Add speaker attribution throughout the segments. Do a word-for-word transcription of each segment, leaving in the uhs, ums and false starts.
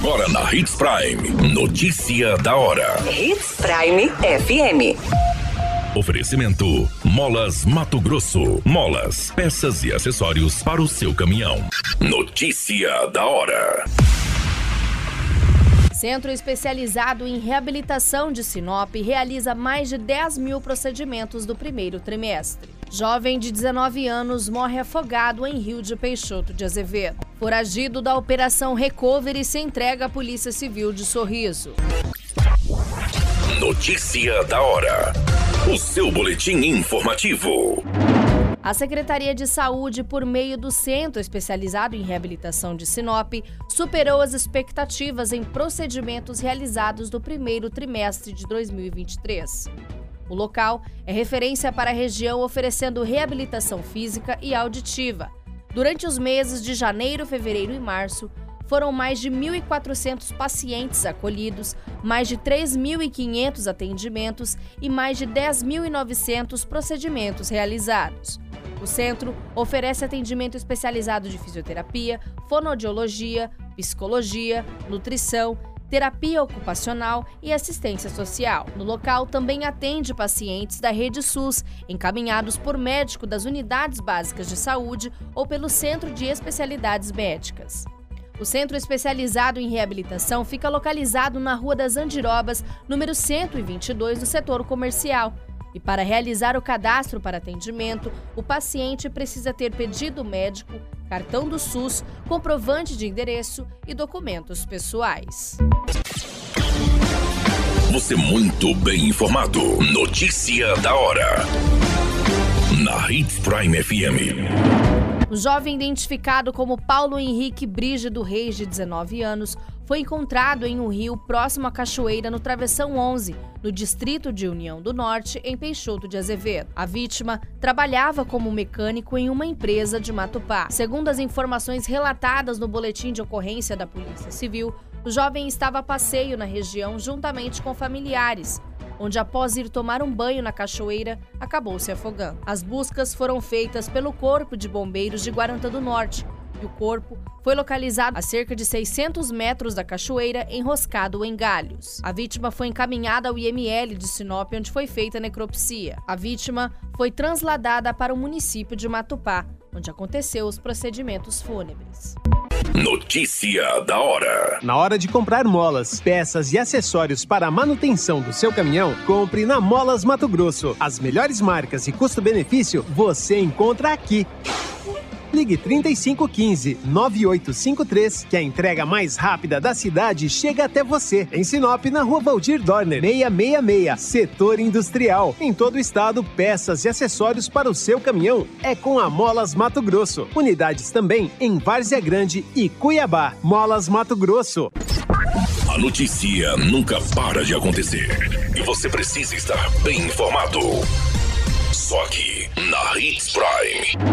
Speaker 1: Agora na Hits Prime. Notícia da hora.
Speaker 2: Hits Prime F M.
Speaker 1: Oferecimento Molas Mato Grosso. Molas, peças e acessórios para o seu caminhão. Notícia da hora.
Speaker 3: Centro especializado em reabilitação de Sinop realiza mais de dez mil procedimentos do primeiro trimestre. Jovem de dezenove anos morre afogado em Rio de Peixoto de Azevedo. Foragido da Operação Recovery se entrega à Polícia Civil de Sorriso.
Speaker 1: Notícia da hora. O seu boletim informativo.
Speaker 3: A Secretaria de Saúde, por meio do Centro Especializado em Reabilitação de Sinop, superou as expectativas em procedimentos realizados no primeiro trimestre de dois mil e vinte e três. O local é referência para a região, oferecendo reabilitação física e auditiva. Durante os meses de janeiro, fevereiro e março, foram mais de mil e quatrocentos pacientes acolhidos, mais de três mil e quinhentos atendimentos e mais de dez mil e novecentos procedimentos realizados. O centro oferece atendimento especializado de fisioterapia, fonoaudiologia, psicologia, nutrição, terapia ocupacional e assistência social. No local também atende pacientes da Rede SUS, encaminhados por médico das unidades básicas de saúde ou pelo Centro de Especialidades Médicas. O Centro Especializado em Reabilitação fica localizado na Rua das Andirobas, número cento e vinte e dois, do setor comercial. E para realizar o cadastro para atendimento, o paciente precisa ter pedido médico, cartão do SUS, comprovante de endereço e documentos pessoais.
Speaker 1: Você muito bem informado. Notícia da hora. Na Hits Prime F M.
Speaker 3: O jovem identificado como Paulo Henrique Brígido Reis, de dezenove anos, foi encontrado em um rio próximo à cachoeira no Travessão onze, no distrito de União do Norte, em Peixoto de Azevedo. A vítima trabalhava como mecânico em uma empresa de Matupá. Segundo as informações relatadas no boletim de ocorrência da Polícia Civil, o jovem estava a passeio na região juntamente com familiares, onde, após ir tomar um banho na cachoeira, acabou se afogando. As buscas foram feitas pelo Corpo de Bombeiros de Guarantã do Norte e o corpo foi localizado a cerca de seiscentos metros da cachoeira, enroscado em galhos. A vítima foi encaminhada ao I M L de Sinop, onde foi feita a necropsia. A vítima foi trasladada para o município de Matupá, onde aconteceu os procedimentos fúnebres.
Speaker 1: Notícia da hora.
Speaker 4: Na hora de comprar molas, peças e acessórios para a manutenção do seu caminhão, compre na Molas Mato Grosso. As melhores marcas e custo-benefício você encontra aqui. Ligue trinta e cinco quinze, nove oito cinco três, que a entrega mais rápida da cidade chega até você. Em Sinop, na Rua Valdir Dorner, seiscentos e sessenta e seis, Setor Industrial. Em todo o estado, peças e acessórios para o seu caminhão é com a Molas Mato Grosso. Unidades também em Várzea Grande e Cuiabá. Molas Mato Grosso.
Speaker 1: A notícia nunca para de acontecer e você precisa estar bem informado. Só aqui, na Hits Prime.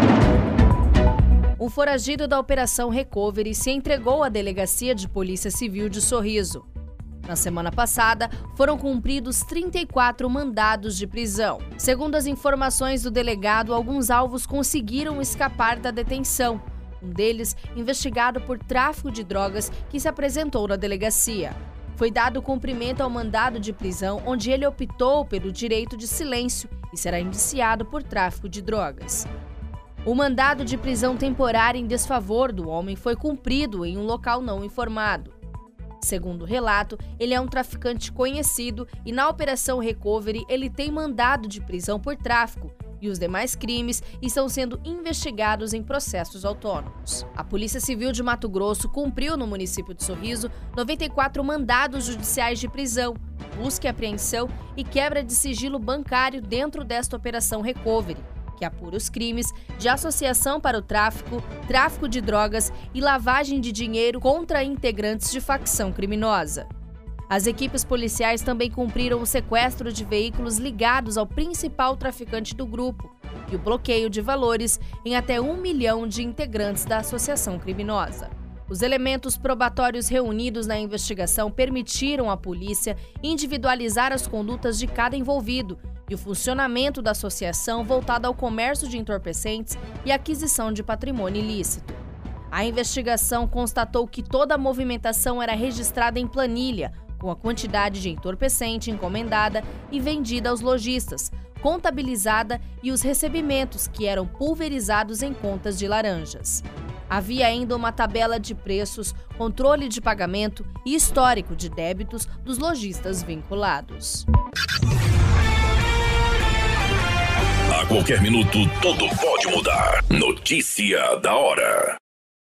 Speaker 3: Um foragido da Operação Recovery se entregou à Delegacia de Polícia Civil de Sorriso. Na semana passada, foram cumpridos trinta e quatro mandados de prisão. Segundo as informações do delegado, alguns alvos conseguiram escapar da detenção. Um deles, investigado por tráfico de drogas, que se apresentou na delegacia. Foi dado cumprimento ao mandado de prisão, onde ele optou pelo direito de silêncio e será indiciado por tráfico de drogas. O mandado de prisão temporária em desfavor do homem foi cumprido em um local não informado. Segundo o relato, ele é um traficante conhecido e na Operação Recovery ele tem mandado de prisão por tráfico e os demais crimes estão sendo investigados em processos autônomos. A Polícia Civil de Mato Grosso cumpriu no município de Sorriso noventa e quatro mandados judiciais de prisão, busca e apreensão e quebra de sigilo bancário dentro desta Operação Recovery, que apura os crimes de associação para o tráfico, tráfico de drogas e lavagem de dinheiro contra integrantes de facção criminosa. As equipes policiais também cumpriram o sequestro de veículos ligados ao principal traficante do grupo e o bloqueio de valores em até um milhão de integrantes da associação criminosa. Os elementos probatórios reunidos na investigação permitiram à polícia individualizar as condutas de cada envolvido e o funcionamento da associação voltada ao comércio de entorpecentes e aquisição de patrimônio ilícito. A investigação constatou que toda a movimentação era registrada em planilha, com a quantidade de entorpecente encomendada e vendida aos lojistas, contabilizada e os recebimentos que eram pulverizados em contas de laranjas. Havia ainda uma tabela de preços, controle de pagamento e histórico de débitos dos lojistas vinculados.
Speaker 1: A qualquer minuto, tudo pode mudar. Notícia da hora.